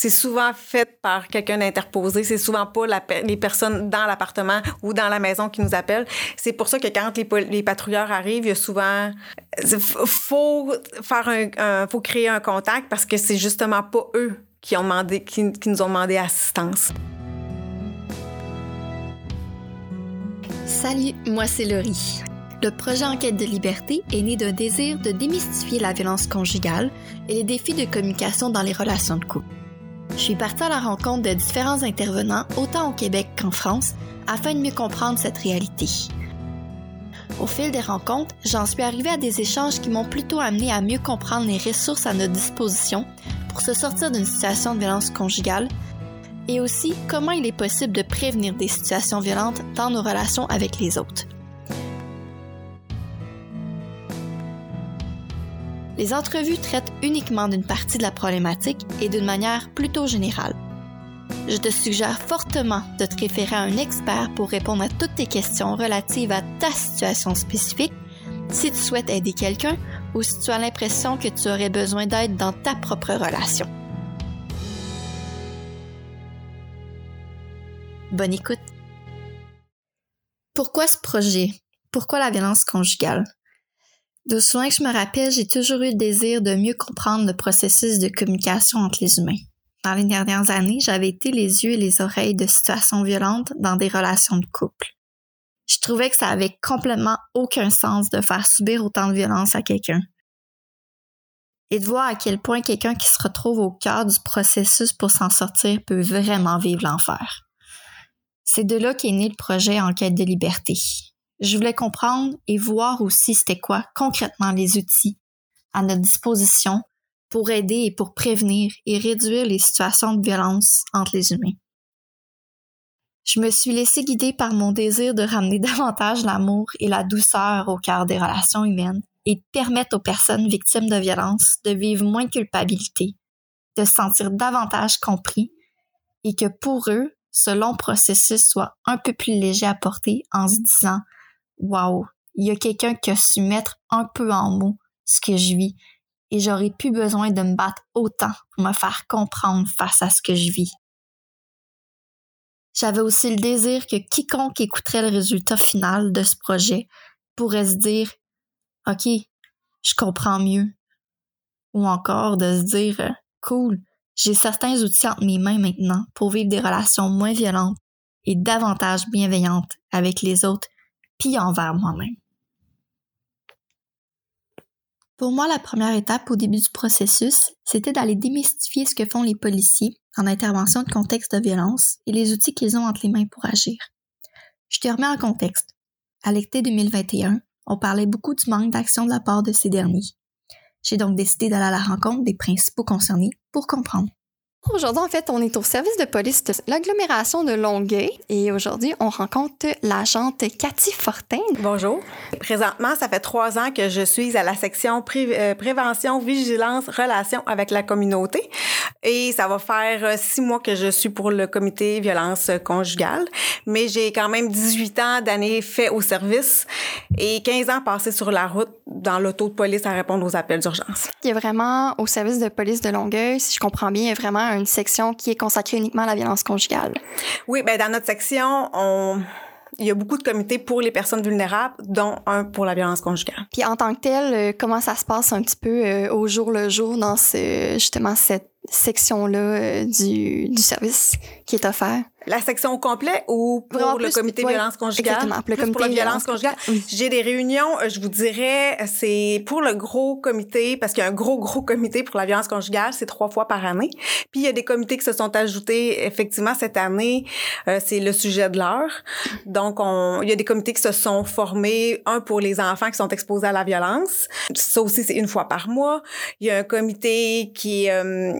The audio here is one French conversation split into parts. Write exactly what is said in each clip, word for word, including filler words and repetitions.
c'est souvent fait par quelqu'un d'interposé. C'est souvent pas la, les personnes dans l'appartement ou dans la maison qui nous appellent. C'est pour ça que quand les, les patrouilleurs arrivent, il y a souvent... faut faire un, un... faut créer un contact parce que c'est justement pas eux qui, ont demandé, qui, qui nous ont demandé assistance. Salut, moi c'est Laurie. Le projet Enquête de liberté est né d'un désir de démystifier la violence conjugale et les défis de communication dans les relations de couple. Je suis partie à la rencontre de différents intervenants, autant au Québec qu'en France, afin de mieux comprendre cette réalité. Au fil des rencontres, j'en suis arrivée à des échanges qui m'ont plutôt amené à mieux comprendre les ressources à notre disposition pour se sortir d'une situation de violence conjugale et aussi comment il est possible de prévenir des situations violentes dans nos relations avec les autres. Les entrevues traitent uniquement d'une partie de la problématique et d'une manière plutôt générale. Je te suggère fortement de te référer à un expert pour répondre à toutes tes questions relatives à ta situation spécifique, si tu souhaites aider quelqu'un ou si tu as l'impression que tu aurais besoin d'aide dans ta propre relation. Bonne écoute! Pourquoi ce projet? Pourquoi la violence conjugale? D'aussi loin que je me rappelle, j'ai toujours eu le désir de mieux comprendre le processus de communication entre les humains. Dans les dernières années, j'avais été les yeux et les oreilles de situations violentes dans des relations de couple. Je trouvais que ça avait complètement aucun sens de faire subir autant de violence à quelqu'un. Et de voir à quel point quelqu'un qui se retrouve au cœur du processus pour s'en sortir peut vraiment vivre l'enfer. C'est de là qu'est né le projet Enquête de liberté. Je voulais comprendre et voir aussi c'était quoi concrètement les outils à notre disposition pour aider et pour prévenir et réduire les situations de violence entre les humains. Je me suis laissée guider par mon désir de ramener davantage l'amour et la douceur au cœur des relations humaines et de permettre aux personnes victimes de violence de vivre moins de culpabilité, de se sentir davantage compris et que pour eux, ce long processus soit un peu plus léger à porter en se disant « Wow, il y a quelqu'un qui a su mettre un peu en mots ce que je vis et j'aurais plus besoin de me battre autant pour me faire comprendre face à ce que je vis. » J'avais aussi le désir que quiconque écouterait le résultat final de ce projet pourrait se dire « OK, je comprends mieux. » Ou encore de se dire « Cool, j'ai certains outils entre mes mains maintenant pour vivre des relations moins violentes et davantage bienveillantes avec les autres puis envers moi-même. » Pour moi, la première étape au début du processus, c'était d'aller démystifier ce que font les policiers en intervention de contexte de violence et les outils qu'ils ont entre les mains pour agir. Je te remets en contexte. À l'été deux mille vingt et un, on parlait beaucoup du manque d'action de la part de ces derniers. J'ai donc décidé d'aller à la rencontre des principaux concernés pour comprendre. Aujourd'hui, en fait, on est au service de police de l'agglomération de Longueuil et aujourd'hui, on rencontre l'agente Cathy Fortin. Bonjour. Présentement, ça fait trois ans que je suis à la section pré- euh, prévention, vigilance, relations avec la communauté et ça va faire six mois que je suis pour le comité violence conjugale, mais j'ai quand même dix-huit ans d'années fait au service et quinze ans passés sur la route dans l'auto de police à répondre aux appels d'urgence. Il y a vraiment, au service de police de Longueuil, si je comprends bien, il y a vraiment une section qui est consacrée uniquement à la violence conjugale. Oui, bien dans notre section, on... il y a beaucoup de comités pour les personnes vulnérables, dont un pour la violence conjugale. Puis en tant que tel, euh, comment ça se passe un petit peu euh, au jour le jour dans ce, justement cette section-là euh, du, du service qui est offert? La section au complet ou pour Vraiment le plus, comité ouais, violence conjugale? Exactement, pour le plus comité pour la violence conjugale. Oui. J'ai des réunions, je vous dirais, c'est pour le gros comité, parce qu'il y a un gros, gros comité pour la violence conjugale, c'est trois fois par année. Puis il y a des comités qui se sont ajoutés, effectivement, cette année, euh, c'est le sujet de l'heure. Donc, on, il y a des comités qui se sont formés, un pour les enfants qui sont exposés à la violence. Ça aussi, c'est une fois par mois. Il y a un comité qui... Euh,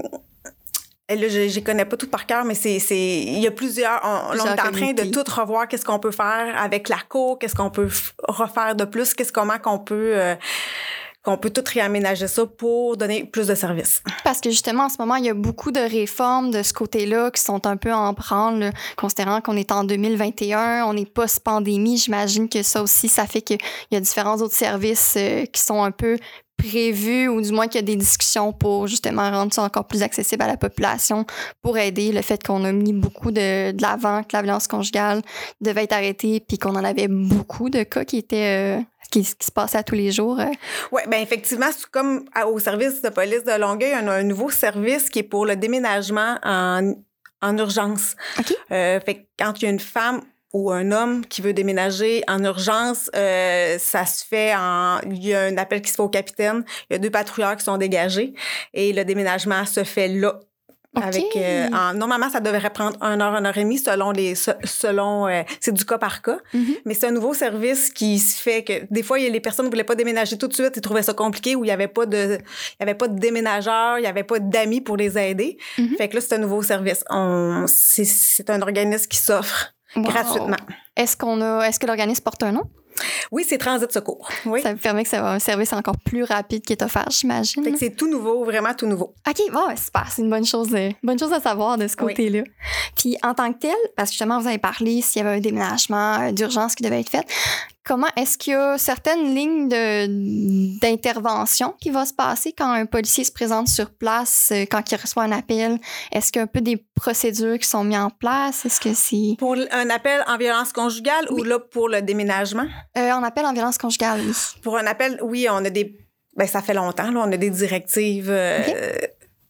Là, je ne connais pas tout par cœur, mais c'est, c'est, il y a plusieurs. On, plusieurs on est en train comités. de tout revoir. Qu'est-ce qu'on peut faire avec la cour? Qu'est-ce qu'on peut f- refaire de plus? Qu'est-ce comment qu'on peut euh, qu'on peut tout réaménager ça pour donner plus de services. Parce que justement, en ce moment, il y a beaucoup de réformes de ce côté-là qui sont un peu en branle, là, considérant qu'on est en deux mille vingt et un, on est post-pandémie. J'imagine que ça aussi, ça fait qu'il y a différents autres services euh, qui sont un peu prévu ou du moins qu'il y a des discussions pour justement rendre ça encore plus accessible à la population pour aider le fait qu'on a mis beaucoup de, de l'avant que la violence conjugale devait être arrêtée puis qu'on en avait beaucoup de cas qui étaient... Euh, Qui, qui se passait à tous les jours. Euh. Oui, bien effectivement, c'est comme au service de police de Longueuil, on a un nouveau service qui est pour le déménagement en, en urgence. OK. Euh, fait que quand il y a une femme ou un homme qui veut déménager en urgence, euh, ça se fait en... Il y a un appel qui se fait au capitaine, il y a deux patrouilleurs qui sont dégagés et le déménagement se fait là. Okay. Avec euh, en, normalement ça devrait prendre une heure, une heure et demie selon les selon euh, c'est du cas par cas, mm-hmm. mais c'est un nouveau service qui se fait que des fois il y a les personnes ne voulaient pas déménager tout de suite, ils trouvaient ça compliqué ou il y avait pas de il y avait pas de déménageurs, il y avait pas d'amis pour les aider. Mm-hmm. Fait que là c'est un nouveau service. On c'est c'est un organisme qui s'offre wow. gratuitement. Est-ce qu'on a est-ce que l'organisme porte un nom? Oui, c'est Transit Secours. Oui. Ça me permet que ça va un service encore plus rapide qui est offert, j'imagine. Fait que c'est tout nouveau, vraiment tout nouveau. OK, bon, super. C'est une bonne chose, une bonne chose à savoir de ce côté-là. Oui. Puis en tant que tel, parce que justement, vous avez parlé s'il y avait un déménagement d'urgence qui devait être fait, comment est-ce qu'il y a certaines lignes de, d'intervention qui vont se passer quand un policier se présente sur place, quand il reçoit un appel? Est-ce qu'il y a un peu des procédures qui sont mises en place? Est-ce que c'est... Pour un appel en violence conjugale oui. ou là pour le déménagement? Euh, on appelle en violence conjugale, oui. Pour un appel, oui, on a des... Ben ça fait longtemps, là, on a des directives... Euh, okay.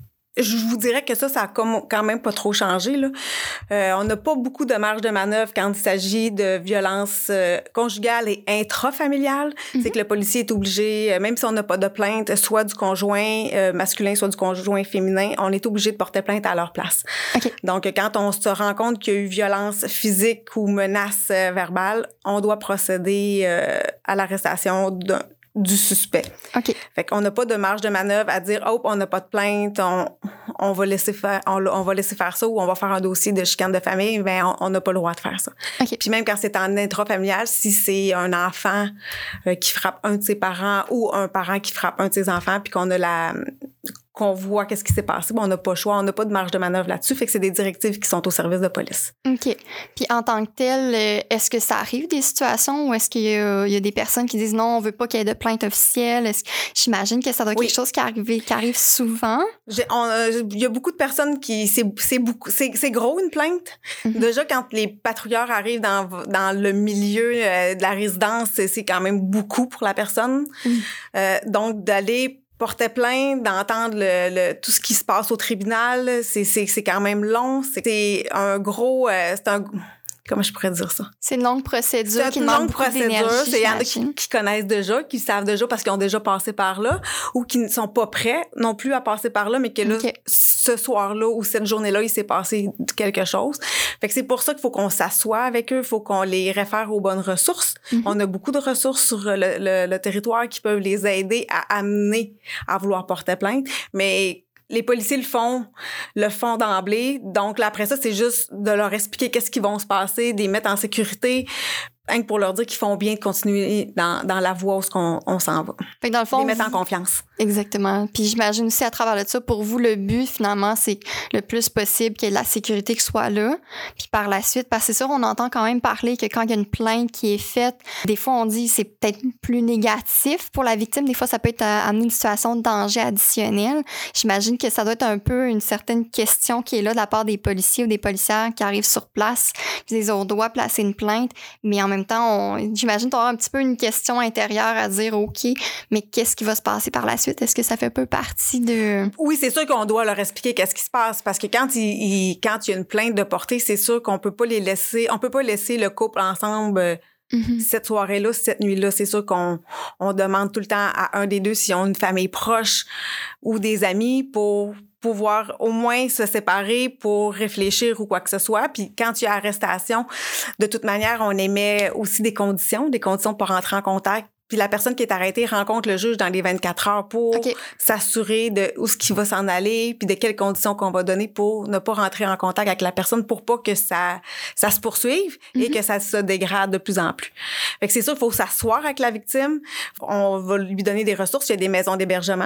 Je vous dirais que ça, ça a comme, quand même pas trop changé, là. Euh, on n'a pas beaucoup de marge de manœuvre quand il s'agit de violences euh, conjugales et intrafamiliales. Mm-hmm. C'est que le policier est obligé, même si on n'a pas de plainte, soit du conjoint euh, masculin, soit du conjoint féminin, on est obligé de porter plainte à leur place. Okay. Donc, quand on se rend compte qu'il y a eu violence physique ou menace euh, verbale, on doit procéder euh, à l'arrestation d'un du suspect. OK. Fait qu'on n'a pas de marge de manœuvre à dire, oh, on n'a pas de plainte, on, on va laisser faire, on, on va laisser faire ça ou on va faire un dossier de chicane de famille, ben, on n'a pas le droit de faire ça. Okay. Puis même quand c'est en intrafamilial, si c'est un enfant euh, qui frappe un de ses parents ou un parent qui frappe un de ses enfants puis qu'on a la, qu'on voit qu'est-ce qui s'est passé, bon, on n'a pas le choix, on n'a pas de marge de manœuvre là-dessus, fait que c'est des directives qui sont au service de police. OK. Puis en tant que tel, est-ce que ça arrive des situations où est-ce qu'il y a, il y a des personnes qui disent non, on veut pas qu'il y ait de plainte officielle? Est-ce que, j'imagine que ça doit être oui. quelque chose qui arrive, qui arrive souvent. J'ai, on, euh, il y a beaucoup de personnes qui, c'est, c'est beaucoup, c'est, c'est gros une plainte. Mm-hmm. Déjà, quand les patrouilleurs arrivent dans, dans le milieu euh, de la résidence, c'est, c'est quand même beaucoup pour la personne. Mm-hmm. Euh, donc, d'aller porter plainte, d'entendre le, le, tout ce qui se passe au tribunal, c'est, c'est, c'est quand même long. C'est, c'est un gros... Euh, c'est un... Comment je pourrais dire ça? C'est une longue procédure c'est qui une demande longue beaucoup procédure. d'énergie, Il y en a qui, qui connaissent déjà, qui savent déjà parce qu'ils ont déjà passé par là ou qui ne sont pas prêts non plus à passer par là, mais que là, okay. ce soir-là ou cette journée-là, il s'est passé quelque chose. Fait que c'est pour ça qu'il faut qu'on s'assoie avec eux, il faut qu'on les réfère aux bonnes ressources. Mm-hmm. On a beaucoup de ressources sur le, le, le territoire qui peuvent les aider à amener à vouloir porter plainte, mais les policiers le font, le font d'emblée. Donc, là, après ça, c'est juste de leur expliquer qu'est-ce qui va se passer, de les mettre en sécurité, rien que pour leur dire qu'ils font bien de continuer dans, dans la voie où on, on s'en va. Fait que dans le fond, les mettre en confiance. Exactement. Puis j'imagine aussi à travers de ça, pour vous, le but, finalement, c'est le plus possible qu'il y ait de la sécurité qui soit là. Puis par la suite, parce que c'est sûr, on entend quand même parler que quand il y a une plainte qui est faite, des fois, on dit que c'est peut-être plus négatif pour la victime. Des fois, ça peut être amener une situation de danger additionnel. J'imagine que ça doit être un peu une certaine question qui est là de la part des policiers ou des policières qui arrivent sur place. Ils disent, on doit placer une plainte, mais en même temps, on, j'imagine tu auras un petit peu une question intérieure à dire, OK, mais qu'est-ce qui va se passer par la suite? Est-ce que ça fait un peu partie de... Oui, c'est sûr qu'on doit leur expliquer qu'est-ce qui se passe parce que quand il, il, quand il y a une plainte de portée, c'est sûr qu'on peut pas les laisser, on peut pas laisser le couple ensemble mm-hmm. cette soirée-là, cette nuit-là. C'est sûr qu'on on demande tout le temps à un des deux s'ils ont une famille proche ou des amis pour pouvoir au moins se séparer pour réfléchir ou quoi que ce soit. Puis quand il y a arrestation, de toute manière, on émet aussi des conditions, des conditions pour rentrer en contact. Puis la personne qui est arrêtée rencontre le juge dans les vingt-quatre heures pour okay. s'assurer de où ce qui va s'en aller, puis de quelles conditions qu'on va donner pour ne pas rentrer en contact avec la personne pour pas que ça ça se poursuive mm-hmm. et que ça se dégrade de plus en plus. Fait que c'est sûr qu'il faut s'asseoir avec la victime. On va lui donner des ressources. Il y a des maisons d'hébergement.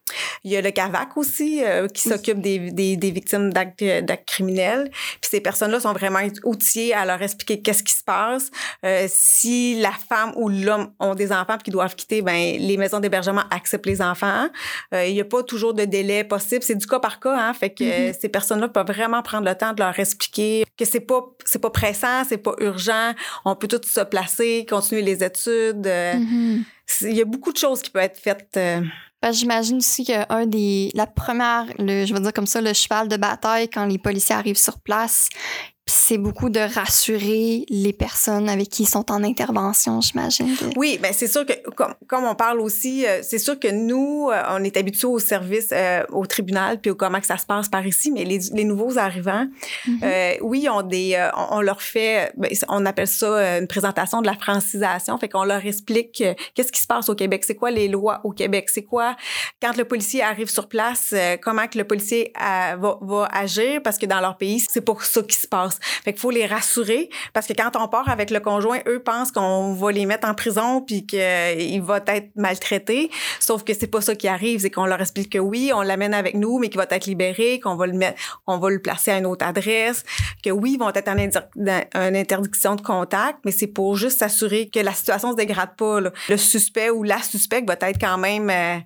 Il y a le C A V A C aussi euh, qui s'occupe des, des, des victimes d'actes, d'actes criminels. Puis ces personnes-là sont vraiment outillées à leur expliquer qu'est-ce qui se passe. Euh, si la femme ou l'homme ont des enfants qui doivent quitter, ben les maisons d'hébergement acceptent les enfants. Euh, il n'y a pas toujours de délai possible. C'est du cas par cas. Hein, fait que mm-hmm. euh, ces personnes-là peuvent vraiment prendre le temps de leur expliquer que c'est pas c'est pas pressant, c'est pas urgent. On peut tout se placer, continuer les études. Euh, mm-hmm. Il y a beaucoup de choses qui peuvent être faites. Euh, Parce que j'imagine aussi qu'un des... La première, le, je vais dire comme ça, le cheval de bataille quand les policiers arrivent sur place, c'est beaucoup de rassurer les personnes avec qui ils sont en intervention, j'imagine. Oui, bien c'est sûr que, comme, comme on parle aussi, euh, c'est sûr que nous, euh, on est habitués au service, euh, au tribunal, puis au comment que ça se passe par ici, mais les, les nouveaux arrivants, mm-hmm. euh, oui, on, des, euh, on, on leur fait, ben, on appelle ça euh, une présentation de la francisation, fait qu'on leur explique euh, qu'est-ce qui se passe au Québec, c'est quoi les lois au Québec, c'est quoi, quand le policier arrive sur place, euh, comment que le policier euh, va, va agir, parce que dans leur pays, c'est pas ça qui se passe. Fait qu'il faut les rassurer parce que quand on part avec le conjoint, eux pensent qu'on va les mettre en prison puis qu'il va être maltraité. Sauf que c'est pas ça qui arrive. C'est qu'on leur explique que oui, on l'amène avec nous, mais qu'il va être libéré, qu'on va le mettre, qu'on va le placer à une autre adresse, que oui, ils vont être en, inter- en interdiction de contact, mais c'est pour juste s'assurer que la situation se dégrade pas, là. Le suspect ou la suspecte va être quand même euh,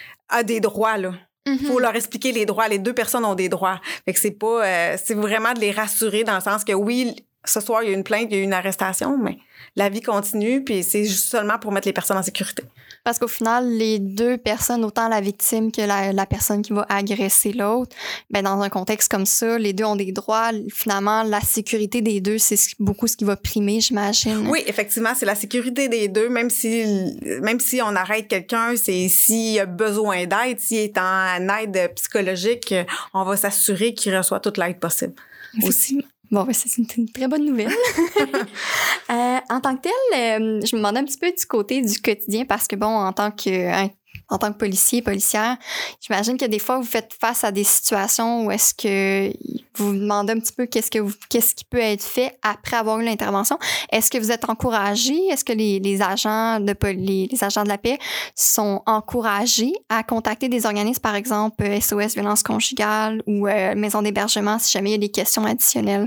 a des droits, là. Mm-hmm. Faut leur expliquer les droits. Les deux personnes ont des droits. Fait que c'est pas, euh, c'est vraiment de les rassurer dans le sens que oui, ce soir, il y a une plainte, il y a eu une arrestation, mais la vie continue, puis c'est juste seulement pour mettre les personnes en sécurité. Parce qu'au final, les deux personnes, autant la victime que la, la personne qui va agresser l'autre, ben dans un contexte comme ça, les deux ont des droits. Finalement, la sécurité des deux, c'est beaucoup ce qui va primer, j'imagine. Oui, effectivement, c'est la sécurité des deux. Même si, même si on arrête quelqu'un, c'est s'il a besoin d'aide, s'il est en aide psychologique, on va s'assurer qu'il reçoit toute l'aide possible. Aussi. Bon, ben, c'est une, une très bonne nouvelle. euh, en tant que tel, euh, je me demandais un petit peu du côté du quotidien parce que, bon, en tant que, hein, en tant que policier, policière, j'imagine que des fois, vous faites face à des situations où est-ce que vous vous demandez un petit peu qu'est-ce que vous, qu'est-ce qui peut être fait après avoir eu l'intervention. Est-ce que vous êtes encouragé? Est-ce que les, les agents de les, les agents de la paix sont encouragés à contacter des organismes, par exemple S O S Violence conjugale ou euh, Maison d'hébergement, si jamais il y a des questions additionnelles?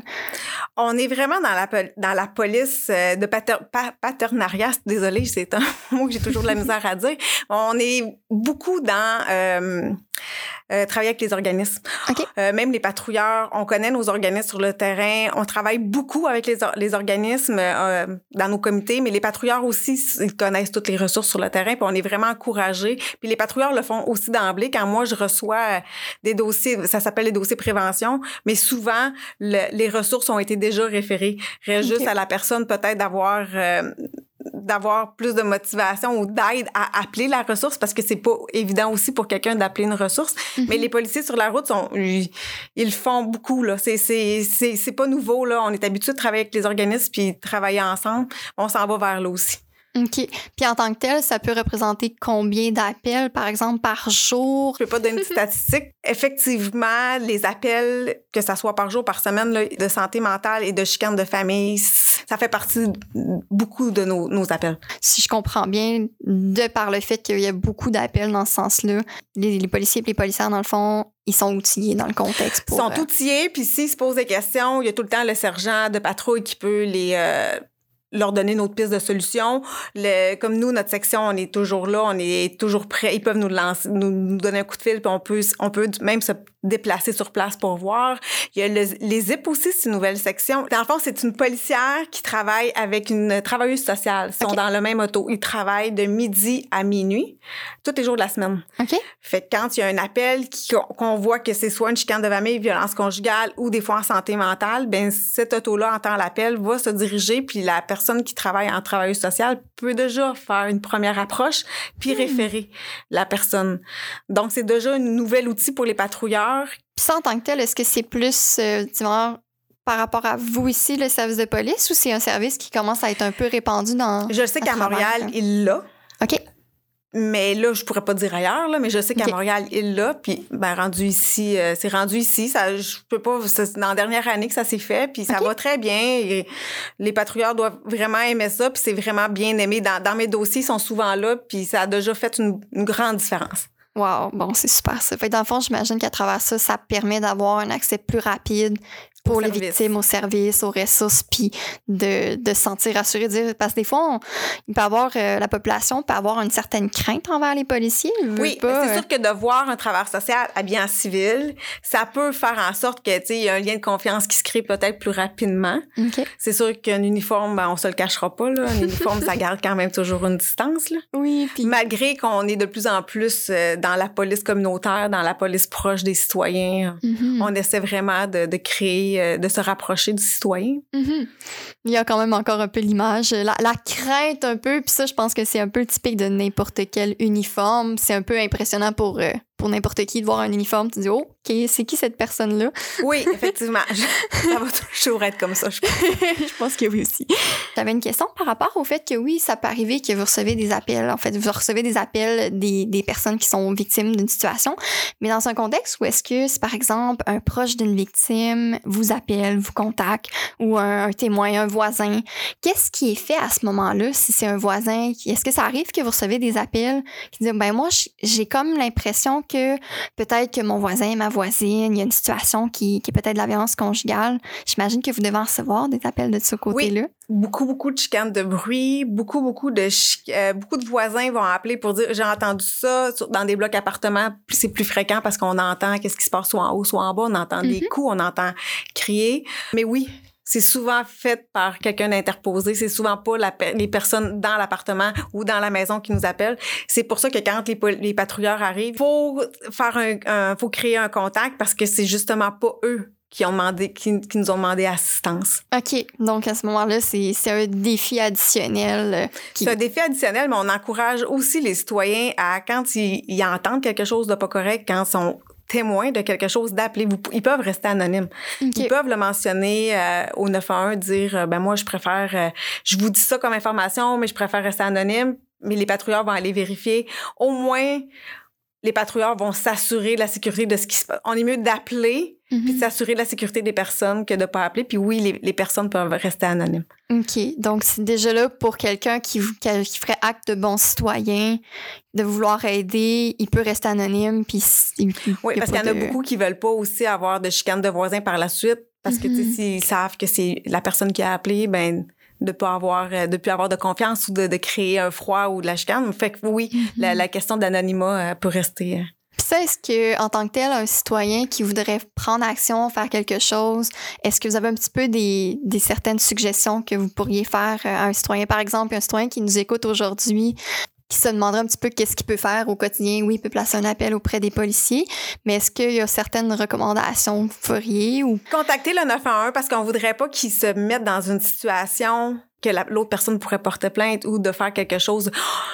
On est vraiment dans la, dans la police de pater, paternariat. Désolée, c'est un mot que j'ai toujours de la misère à dire. On est beaucoup dans euh, euh, travailler avec les organismes. Okay. Euh, même les patrouilleurs, on connaît nos organismes sur le terrain. On travaille beaucoup avec les, les organismes euh, dans nos comités, mais les patrouilleurs aussi, ils connaissent toutes les ressources sur le terrain, puis on est vraiment encouragés. Puis les patrouilleurs le font aussi d'emblée. Quand moi, je reçois des dossiers, ça s'appelle les dossiers prévention, mais souvent, le, les ressources ont été déjà référées. Reste okay. juste à la personne peut-être d'avoir... Euh, d'avoir plus de motivation ou d'aide à appeler la ressource parce que c'est pas évident aussi pour quelqu'un d'appeler une ressource. Mm-hmm. Mais les policiers sur la route, sont, ils, ils le font beaucoup, là. C'est, c'est, c'est, c'est pas nouveau, là. On est habitué de travailler avec les organismes puis travailler ensemble. On s'en va vers là aussi. OK. Puis en tant que tel, ça peut représenter combien d'appels, par exemple, par jour? Je peux pas donner une statistique. Effectivement, les appels, que ça soit par jour, par semaine, là, de santé mentale et de chicane de famille, ça fait partie beaucoup de nos, nos appels. Si je comprends bien, de par le fait qu'il y a beaucoup d'appels dans ce sens-là, les, les policiers et les policières, dans le fond, ils sont outillés dans le contexte. Pour, ils sont outillés, puis s'ils se posent des questions, il y a tout le temps le sergent de patrouille qui peut les... Euh, leur donner notre piste de solution. Le, comme nous, notre section, on est toujours là, on est toujours prêts. Ils peuvent nous lancer, nous, nous donner un coup de fil, puis on peut, on peut même se déplacer sur place pour voir. Il y a le, les Z I P aussi, c'est une nouvelle section. Dans le fond, c'est une policière qui travaille avec une travailleuse sociale. Ils sont okay. dans le même auto. Ils travaillent de midi à minuit, tous les jours de la semaine. OK. Fait que quand il y a un appel qui, qu'on voit que c'est soit une chicane de famille, violence conjugale ou des fois en santé mentale, ben cette auto-là entend l'appel, va se diriger, puis la personne qui travaille en travailleuse sociale peut déjà faire une première approche puis mmh. référer la personne. Donc, c'est déjà un nouvel outil pour les patrouilleurs. Puis ça, en tant que tel, est-ce que c'est plus, euh, disons, par rapport à vous ici, le service de police, ou c'est un service qui commence à être un peu répandu dans... Je sais qu'à Montréal, il l'a. OK. Mais là, je pourrais pas dire ailleurs, là, mais je sais qu'à okay. Montréal, il l'a. Puis, ben, rendu ici, euh, c'est rendu ici. Ça, je peux pas, c'est dans la dernière année que ça s'est fait. Puis, ça okay. va très bien. Et les patrouilleurs doivent vraiment aimer ça. Puis, c'est vraiment bien aimé. Dans, dans mes dossiers, ils sont souvent là. Puis, ça a déjà fait une, une grande différence. Wow, bon, c'est super ça. Fait que dans le fond, j'imagine qu'à travers ça, ça permet d'avoir un accès plus rapide pour les victimes, aux services, aux ressources, puis de, de se sentir rassuré, de dire, parce que des fois, on, il peut avoir, euh, la population peut avoir une certaine crainte envers les policiers. Oui, pas, c'est euh... sûr que de voir un travailleur social habillé en civil, ça peut faire en sorte que, tu sais, il y a un lien de confiance qui se crée peut-être plus rapidement. Okay. C'est sûr qu'un uniforme, ben, on se le cachera pas, là. Un uniforme, ça garde quand même toujours une distance, là. Oui, puis... Malgré qu'on est de plus en plus euh, dans la police communautaire, dans la police proche des citoyens, mm-hmm. on essaie vraiment de, de créer de se rapprocher du citoyen. Mm-hmm. Il y a quand même encore un peu l'image, la, la crainte un peu, puis ça, je pense que c'est un peu typique de n'importe quel uniforme. C'est un peu impressionnant pour, euh, pour n'importe qui de voir un uniforme. Tu dis, oh, OK, c'est qui cette personne-là? Oui, effectivement. Ça va toujours être comme ça, je pense. Je pense que oui aussi. J'avais une question par rapport au fait que oui, ça peut arriver que vous recevez des appels. En fait, vous recevez des appels des, des personnes qui sont victimes d'une situation, mais dans un contexte où est-ce que, si par exemple, un proche d'une victime vous appelle, vous contacte, ou un, un témoin, un voisin, qu'est-ce qui est fait à ce moment-là? Si c'est un voisin, est-ce que ça arrive que vous recevez des appels qui disent, ben moi, j'ai comme l'impression que peut-être que mon voisin, ma voisine, il y a une situation qui, qui est peut-être de la violence conjugale. J'imagine que vous devez recevoir des appels de ce côté-là. Oui, beaucoup, beaucoup de chicanes de bruit, beaucoup, beaucoup de chi- euh, beaucoup de voisins vont appeler pour dire, j'ai entendu ça dans des blocs appartements, c'est plus fréquent parce qu'on entend qu'est-ce qui se passe soit en haut, soit en bas, on entend mm-hmm. des coups, on entend crier. Mais oui, c'est souvent fait par quelqu'un d'interposé. C'est souvent pas la, les personnes dans l'appartement ou dans la maison qui nous appellent. C'est pour ça que quand les, les patrouilleurs arrivent, faut faire un, un, faut créer un contact parce que c'est justement pas eux qui ont demandé, qui, qui nous ont demandé assistance. OK. Donc, à ce moment-là, c'est, c'est un défi additionnel. Qui... C'est un défi additionnel, mais on encourage aussi les citoyens à, quand ils, ils entendent quelque chose de pas correct, quand ils sont témoins de quelque chose, d'appeler. Vous, ils peuvent rester anonymes. Okay. Ils peuvent le mentionner euh, au neuf un un, dire euh, ben moi, je préfère, euh, je vous dis ça comme information, mais je préfère rester anonyme. Mais les patrouilleurs vont aller vérifier. Au moins, les patrouilleurs vont s'assurer de la sécurité de ce qui se passe. On est mieux d'appeler mm-hmm. puis de s'assurer de la sécurité des personnes que de ne pas appeler. Puis oui, les, les personnes peuvent rester anonymes. OK. Donc, c'est déjà là pour quelqu'un qui, qui ferait acte de bon citoyen, de vouloir aider, il peut rester anonyme. Puis il, il, oui, parce qu'il y en a de... beaucoup qui ne veulent pas aussi avoir de chicanes de voisins par la suite. Parce mm-hmm. que, tu sais, s'ils savent que c'est la personne qui a appelé, ben de pas avoir de plus avoir de confiance ou de, de créer un froid ou de la chicane. Fait que oui, mm-hmm. la, la question d'anonymat euh, peut rester. Euh... Puis ça, est-ce que en tant que tel, un citoyen qui voudrait prendre action, faire quelque chose, est-ce que vous avez un petit peu des, des certaines suggestions que vous pourriez faire à un citoyen? Par exemple, un citoyen qui nous écoute aujourd'hui, qui se demanderait un petit peu qu'est-ce qu'il peut faire au quotidien. Oui, il peut placer un appel auprès des policiers, mais est-ce qu'il y a certaines recommandations que vous feriez? Ou... Contacter le neuf un un parce qu'on voudrait pas qu'ils se mettent dans une situation que la, l'autre personne pourrait porter plainte ou de faire quelque chose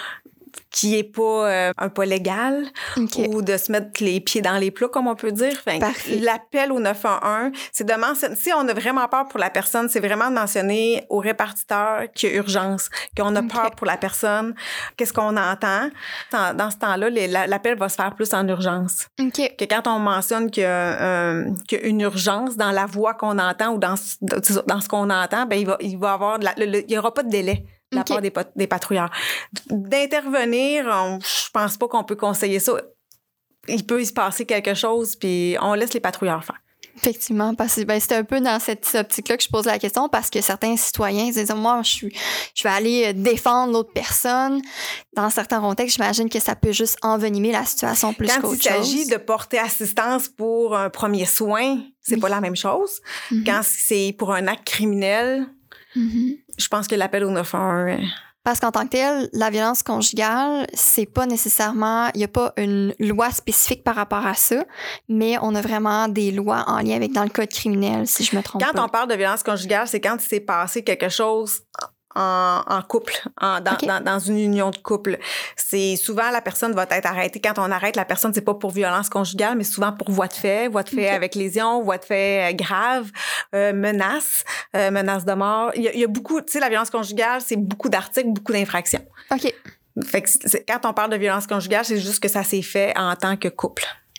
qui est pas euh, un pas légal okay. ou de se mettre les pieds dans les plats, comme on peut dire. Enfin, l'appel au neuf un un, c'est de mentionner, si on a vraiment peur pour la personne, c'est vraiment de mentionner au répartiteur qu'il y a urgence, qu'on a okay. peur pour la personne, qu'est-ce qu'on entend. Dans, dans ce temps-là, les, l'appel va se faire plus en urgence. Okay. Que quand on mentionne qu'il y a, euh, qu'il y a une urgence dans la voix qu'on entend ou dans, dans ce qu'on entend, ben il va, il va avoir, de la, le, le, il y aura pas de délai. De la okay. part des, pat- des patrouilleurs. D'intervenir, on, je pense pas qu'on peut conseiller ça. Il peut y se passer quelque chose, puis on laisse les patrouilleurs faire. Effectivement, parce que ben, c'était un peu dans cette optique-là que je pose la question, parce que certains citoyens disent « Moi, je, suis, je vais aller défendre l'autre personne. » Dans certains contextes, j'imagine que ça peut juste envenimer la situation plus Quand qu'autre chose. Quand il s'agit de porter assistance pour un premier soin, c'est oui. pas la même chose. Mm-hmm. Quand c'est pour un acte criminel... Mm-hmm. Je pense que l'appel au neuf un un... Parce qu'en tant que tel, la violence conjugale, c'est pas nécessairement... Il n'y a pas une loi spécifique par rapport à ça, mais on a vraiment des lois en lien avec dans le code criminel, si je me trompe quand pas. Quand on parle de violence conjugale, c'est quand il s'est passé quelque chose... En, en couple, en, dans, okay. dans, dans une union de couple. C'est souvent la personne va être arrêtée. Quand on arrête la personne, c'est pas pour violence conjugale, mais souvent pour voie de fait, voie de fait okay. avec lésion, voie de fait grave, euh, menace, euh, menace de mort. Il y a, il y a beaucoup, tu sais, la violence conjugale, c'est beaucoup d'articles, beaucoup d'infractions. OK. Fait que c'est, quand on parle de violence conjugale, c'est juste que ça s'est fait en tant que couple.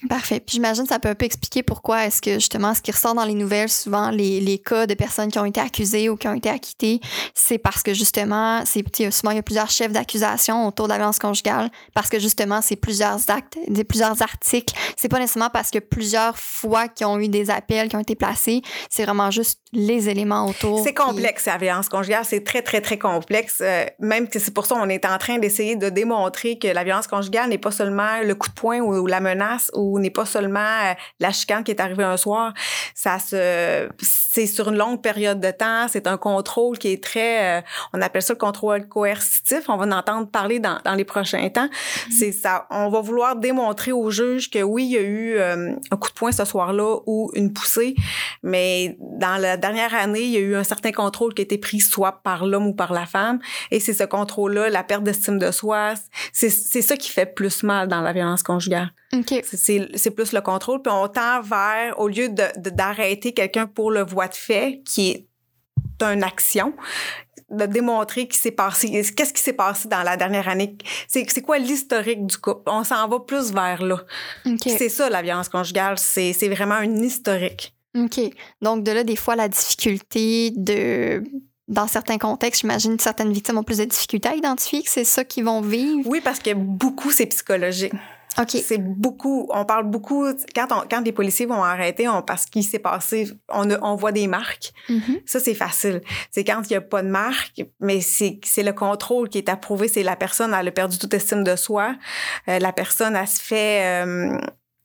Parfait. Puis j'imagine que ça peut un peu expliquer pourquoi est-ce que justement ce qui ressort dans les nouvelles, souvent les, les cas de personnes qui ont été accusées ou qui ont été acquittées, c'est parce que justement, c'est souvent il y a plusieurs chefs d'accusation autour de la violence conjugale parce que justement c'est plusieurs actes, des plusieurs articles. C'est pas nécessairement parce que plusieurs fois qu'ils ont eu des appels qui ont été placés, c'est vraiment juste les éléments autour. C'est complexe, qui... la violence conjugale, c'est très très très complexe. Euh, même que c'est pour ça qu'on est en train d'essayer de démontrer que la violence conjugale n'est pas seulement le coup de poing ou, ou la menace ou n'est pas seulement euh, la chicane qui est arrivée un soir. Ça se, c'est sur une longue période de temps. C'est un contrôle qui est très, euh, on appelle ça le contrôle coercitif. On va en entendre parler dans, dans les prochains temps. Mm-hmm. C'est ça. On va vouloir démontrer au juge que oui, il y a eu euh, un coup de poing ce soir-là ou une poussée, mais dans la dernière année, il y a eu un certain contrôle qui a été pris soit par l'homme ou par la femme. Et c'est ce contrôle-là, la perte d'estime de soi, c'est, c'est ça qui fait plus mal dans la violence conjugale. Okay. C'est, c'est, c'est plus le contrôle. Puis on tend vers, au lieu de, de, d'arrêter quelqu'un pour le voie de fait, qui est une action, de démontrer qu'il s'est passé, qu'est-ce qui s'est passé dans la dernière année. C'est, c'est quoi l'historique du couple? On s'en va plus vers là. Okay. C'est ça, la violence conjugale. C'est, c'est vraiment un historique. OK. Donc, de là, des fois, la difficulté de... Dans certains contextes, j'imagine que certaines victimes ont plus de difficultés à identifier que c'est ça qu'ils vont vivre. Oui, parce que beaucoup, c'est psychologique. OK. C'est beaucoup, on parle beaucoup, quand, on, quand les policiers vont arrêter, on, parce qu'il s'est passé, on, a, on voit des marques. Mm-hmm. Ça, c'est facile. C'est quand il n'y a pas de marque, mais c'est, c'est le contrôle qui est approuvé. C'est la personne, elle a perdu toute estime de soi. Euh, la personne, elle se fait... Euh,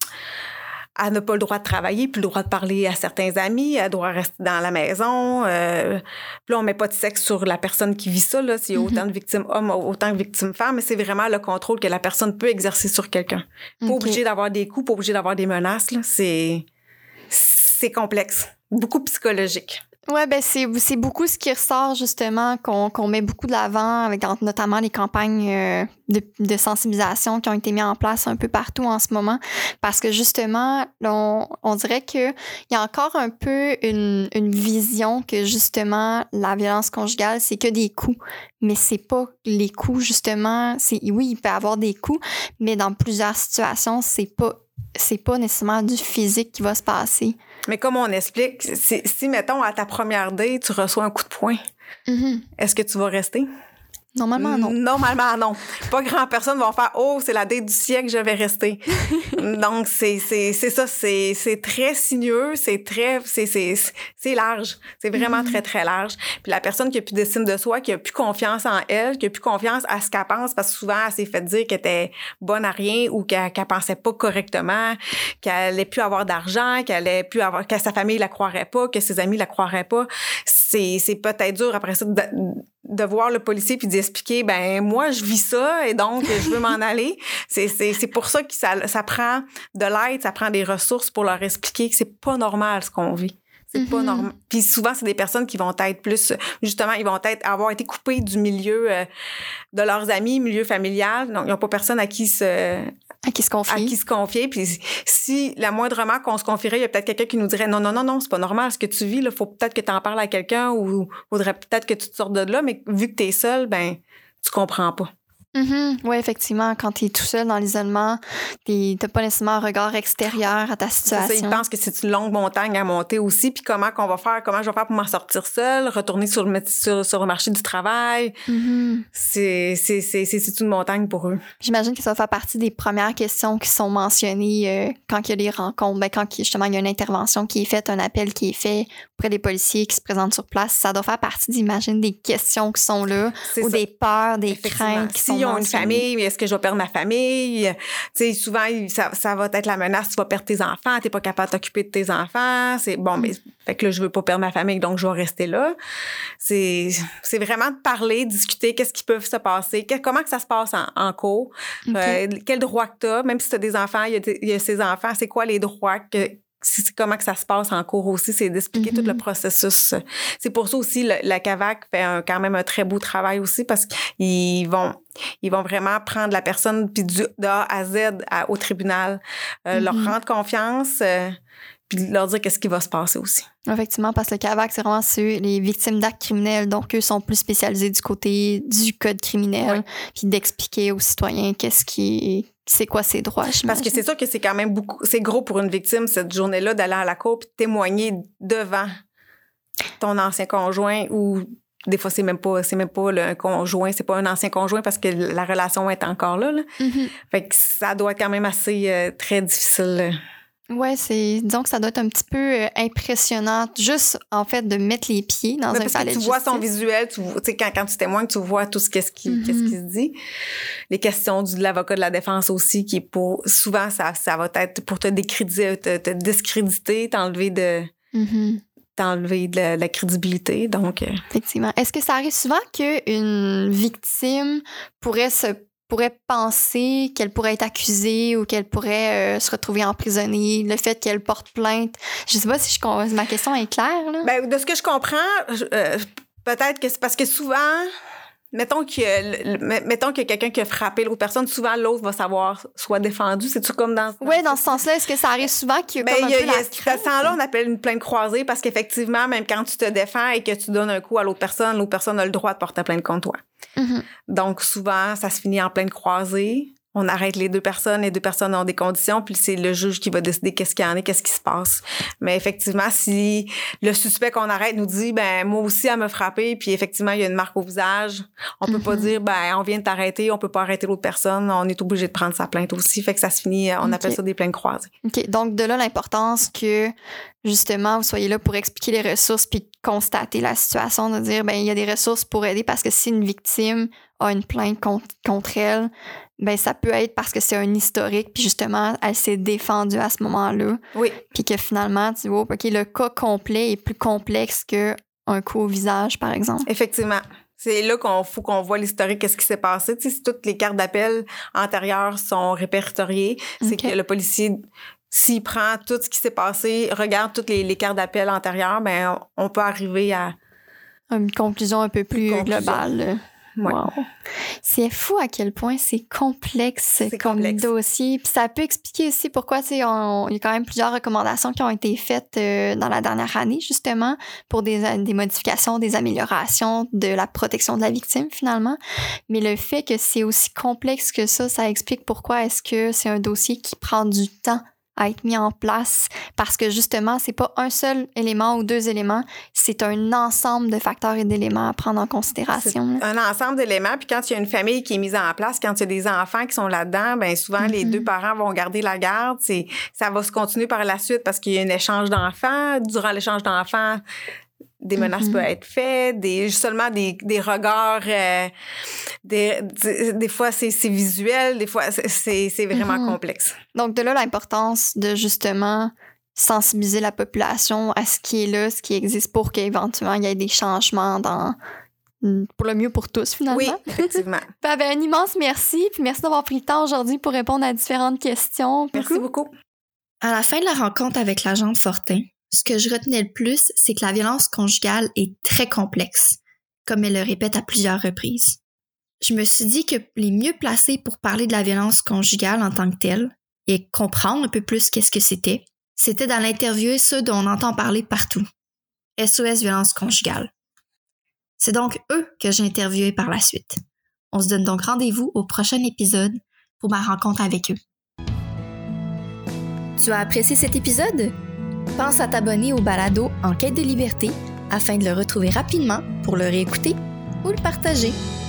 elle n'a pas le droit de travailler, plus le droit de parler à certains amis, elle doit rester dans la maison. Euh, puis là, on met pas de sexe sur la personne qui vit ça. Là, s'il y a mm-hmm. autant de victimes hommes, autant de victimes femmes, mais c'est vraiment le contrôle que la personne peut exercer sur quelqu'un. Pas okay. obligé d'avoir des coups, pas obligé d'avoir des menaces. Là, c'est, c'est complexe, beaucoup psychologique. Ouais, ben c'est c'est beaucoup ce qui ressort justement qu'on qu'on met beaucoup de l'avant avec notamment les campagnes euh, de de sensibilisation qui ont été mises en place un peu partout en ce moment parce que justement on on dirait que il y a encore un peu une une vision que justement la violence conjugale c'est que des coups, mais c'est pas les coups justement, c'est oui, il peut y avoir des coups, mais dans plusieurs situations, c'est pas c'est pas nécessairement du physique qui va se passer. Mais comme on explique, si, si, mettons, à ta première date, tu reçois un coup de poing, mm-hmm. est-ce que tu vas rester? Normalement, non. Normalement, non. Pas grand personne vont faire « Oh, c'est la date du siècle, je vais rester. » Donc, c'est, c'est, c'est ça, c'est, c'est très sinueux, c'est très, c'est, c'est, c'est large. C'est vraiment mm-hmm. très, très large. Puis la personne qui a plus d'estime de soi, qui a plus confiance en elle, qui a plus confiance à ce qu'elle pense, parce que souvent, elle s'est fait dire qu'elle était bonne à rien ou qu'elle, qu'elle pensait pas correctement, qu'elle allait plus avoir d'argent, qu'elle allait plus avoir, que sa famille la croirait pas, que ses amis la croiraient pas. C'est, c'est peut-être dur après ça de, de voir le policier puis d'expliquer, ben moi, je vis ça et donc je veux m'en aller. C'est, c'est, c'est pour ça que ça, ça prend de l'aide, ça prend des ressources pour leur expliquer que c'est pas normal ce qu'on vit. C'est mm-hmm. pas normal. Puis souvent, c'est des personnes qui vont être plus, justement, ils vont être avoir été coupés du milieu euh, de leurs amis, milieu familial. Donc, ils n'ont pas personne à qui se... À qui se confier. À qui se confier. Puis si la moindrement qu'on se confierait, il y a peut-être quelqu'un qui nous dirait non, non, non, non, c'est pas normal ce que tu vis. Il faut peut-être que tu en parles à quelqu'un ou faudrait peut-être que tu te sortes de là. Mais vu que tu es seul, ben tu comprends pas. Mm-hmm. Oui, effectivement, quand tu es tout seul dans l'isolement, tu n'as pas nécessairement un regard extérieur à ta situation. C'est ça, ils pensent que c'est une longue montagne à monter aussi, puis comment qu'on va faire, comment je vais faire pour m'en sortir seule, retourner sur le, sur, sur le marché du travail. Mm-hmm. C'est, c'est, c'est, c'est, c'est une montagne pour eux. J'imagine que ça va faire partie des premières questions qui sont mentionnées euh, quand il y a des rencontres, ben, quand justement il y a une intervention qui est faite, un appel qui est fait auprès des policiers qui se présentent sur place. Ça doit faire partie, j'imagine, des questions qui sont là, c'est ou ça. Des peurs, des craintes qui si sont ils ont une famille, est-ce que je vais perdre ma famille? Tu sais, souvent, ça, ça va être la menace, tu vas perdre tes enfants, t'es pas capable de t'occuper de tes enfants. C'est bon, mais fait que là, je veux pas perdre ma famille, donc je vais rester là. C'est, c'est vraiment de parler, discuter, qu'est-ce qui peut se passer, que, comment que ça se passe en, en cours, okay. euh, quel droit que t'as, même si t'as des enfants, il y a, il y a ces enfants, c'est quoi les droits que c'est comment que ça se passe en cours aussi, c'est d'expliquer mm-hmm. tout le processus. C'est pour ça aussi le, la C A V A C fait un, quand même un très beau travail aussi parce qu'ils vont ils vont vraiment prendre la personne puis du de A à Z à, au tribunal, euh, mm-hmm. leur rendre confiance, euh, puis de leur dire qu'est-ce qui va se passer aussi. Effectivement, parce que le C A V A C, c'est vraiment ceux, les victimes d'actes criminels, donc eux sont plus spécialisés du côté du code criminel, ouais. puis d'expliquer aux citoyens qu'est-ce qui c'est quoi ses droits, j'imagine. Parce que c'est sûr que c'est quand même beaucoup, c'est gros pour une victime cette journée-là d'aller à la cour puis de témoigner devant ton ancien conjoint ou des fois c'est même pas c'est même pas le, un conjoint, c'est pas un ancien conjoint parce que la relation est encore là. là. Mm-hmm. Fait que ça doit être quand même assez euh, très difficile. Ouais, c'est disons que ça doit être un petit peu euh, impressionnant juste en fait de mettre les pieds dans mais un parce palais que tu de vois justice. son visuel, tu vois, tu sais quand quand tu témoignes, tu vois tout ce qu'est-ce qui Mm-hmm. qu'est-ce qui se dit. Les questions du, de l'avocat de la défense aussi qui est pour souvent ça ça va être pour te décréditer, te, te discréditer, t'enlever de Mm-hmm. t'enlever de la, de la crédibilité. Donc, euh... effectivement. Est-ce que ça arrive souvent qu'une victime pourrait se pourrait penser qu'elle pourrait être accusée ou qu'elle pourrait euh, se retrouver emprisonnée, le fait qu'elle porte plainte? Je sais pas si je, ma question est claire, là. Ben, de ce que je comprends, euh, peut-être que c'est parce que souvent, mettons que mettons qu'il y a quelqu'un qui a frappé l'autre personne, souvent l'autre va savoir soit défendu. C'est-tu comme dans... Oui, dans ce sens-là, est-ce que ça arrive souvent qu'il y a ben, comme un y a, peu y a, la ce sens-là, on appelle une plainte croisée parce qu'effectivement, même quand tu te défends et que tu donnes un coup à l'autre personne, l'autre personne a le droit de porter plainte contre toi. Mm-hmm. Donc, souvent, ça se finit en plainte croisée. On arrête les deux personnes, les deux personnes ont des conditions, puis c'est le juge qui va décider qu'est-ce qu'il y en a, qu'est-ce qui se passe. Mais effectivement, si le suspect qu'on arrête nous dit, ben moi aussi, elle m'a frappé, puis effectivement, il y a une marque au visage, on peut mm-hmm. pas dire, ben on vient de t'arrêter, on peut pas arrêter l'autre personne, on est obligé de prendre sa plainte aussi. Fait que ça se finit, on okay. appelle ça des plaintes croisées. OK. Donc, de là, l'importance que, justement, vous soyez là pour expliquer les ressources puis constater la situation, de dire, ben il y a des ressources pour aider parce que si une victime a une plainte contre, contre elle, ben ça peut être parce que c'est un historique puis justement elle s'est défendue à ce moment-là. Oui. Puis que finalement tu vois OK, le cas complet est plus complexe que un coup au visage par exemple. Effectivement. C'est là qu'on faut qu'on voit l'historique, qu'est-ce qui s'est passé. Tu sais, si toutes les cartes d'appel antérieures sont répertoriées, c'est okay. que le policier, s'il prend tout ce qui s'est passé, regarde toutes les, les cartes d'appel antérieures, ben on, on peut arriver à une conclusion un peu plus globale. Ouais. Wow. C'est fou à quel point c'est complexe c'est comme complexe. dossier. Puis ça peut expliquer aussi pourquoi il y a quand même plusieurs recommandations qui ont été faites euh, dans la dernière année, justement, pour des, des modifications, des améliorations de la protection de la victime, finalement. Mais le fait que c'est aussi complexe que ça, ça explique pourquoi est-ce que c'est un dossier qui prend du temps à être mis en place parce que justement, c'est pas un seul élément ou deux éléments, c'est un ensemble de facteurs et d'éléments à prendre en considération. C'est un ensemble d'éléments, puis quand il y a une famille qui est mise en place, quand il y a des enfants qui sont là-dedans, ben souvent mm-hmm. les deux parents vont garder la garde, c'est ça va se continuer par la suite parce qu'il y a un échange d'enfants, durant l'échange d'enfants, des menaces mm-hmm. peuvent être faites, des seulement des, des regards, euh, des, des, des fois c'est, c'est visuel, des fois c'est, c'est vraiment mm-hmm. complexe. Donc de là l'importance de justement sensibiliser la population à ce qui est là, ce qui existe pour qu'éventuellement il y ait des changements dans pour le mieux pour tous finalement. Oui, effectivement. Ben, ben, un immense merci, puis merci d'avoir pris le temps aujourd'hui pour répondre à différentes questions. Merci beaucoup. À la fin de la rencontre avec l'agente Fortin, ce que je retenais le plus, c'est que la violence conjugale est très complexe, comme elle le répète à plusieurs reprises. Je me suis dit que les mieux placés pour parler de la violence conjugale en tant que telle et comprendre un peu plus qu'est-ce que c'était, c'était dans l'interview ceux dont on entend parler partout. S O S Violence Conjugale. C'est donc eux que j'ai interviewés par la suite. On se donne donc rendez-vous au prochain épisode pour ma rencontre avec eux. Tu as apprécié cet épisode? Pense à t'abonner au balado En quête de liberté afin de le retrouver rapidement pour le réécouter ou le partager.